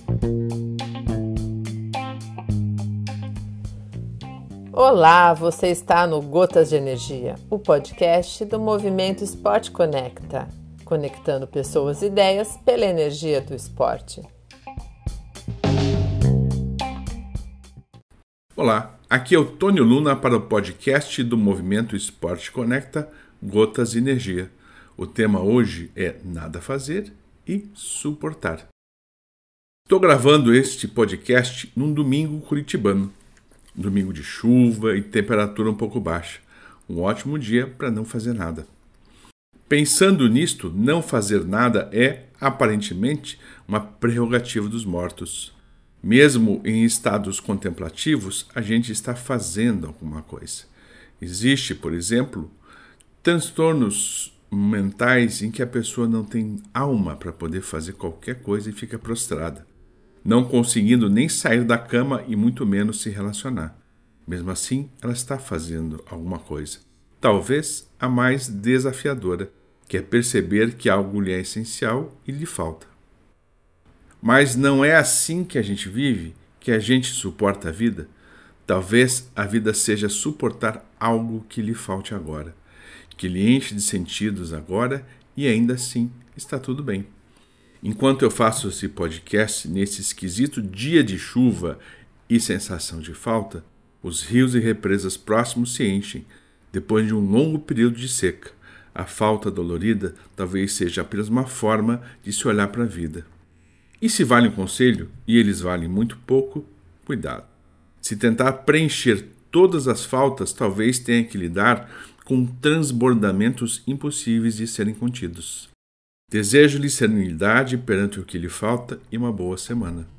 Olá, você está no Gotas de Energia, o podcast do Movimento Esporte Conecta, conectando pessoas e ideias pela energia do esporte. Olá, aqui é o Tônio Luna para o podcast do Movimento Esporte Conecta, Gotas de Energia. O tema hoje é nada fazer e suportar. Estou gravando este podcast num domingo curitibano. Um domingo de chuva e temperatura um pouco baixa. Um ótimo dia para não fazer nada. Pensando nisto, não fazer nada é, aparentemente, uma prerrogativa dos mortos. Mesmo em estados contemplativos, a gente está fazendo alguma coisa. Existe, por exemplo, transtornos mentais em que a pessoa não tem alma para poder fazer qualquer coisa e fica prostrada, não conseguindo nem sair da cama e muito menos se relacionar. Mesmo assim, ela está fazendo alguma coisa. Talvez a mais desafiadora, que é perceber que algo lhe é essencial e lhe falta. Mas não é assim que a gente vive, que a gente suporta a vida? Talvez a vida seja suportar algo que lhe falte agora, que lhe enche de sentidos agora e ainda assim está tudo bem. Enquanto eu faço esse podcast nesse esquisito dia de chuva e sensação de falta, os rios e represas próximos se enchem, depois de um longo período de seca. A falta dolorida talvez seja apenas uma forma de se olhar para a vida. E se vale um conselho, e eles valem muito pouco, cuidado. Se tentar preencher todas as faltas, talvez tenha que lidar com transbordamentos impossíveis de serem contidos. Desejo-lhe serenidade perante o que lhe falta e uma boa semana.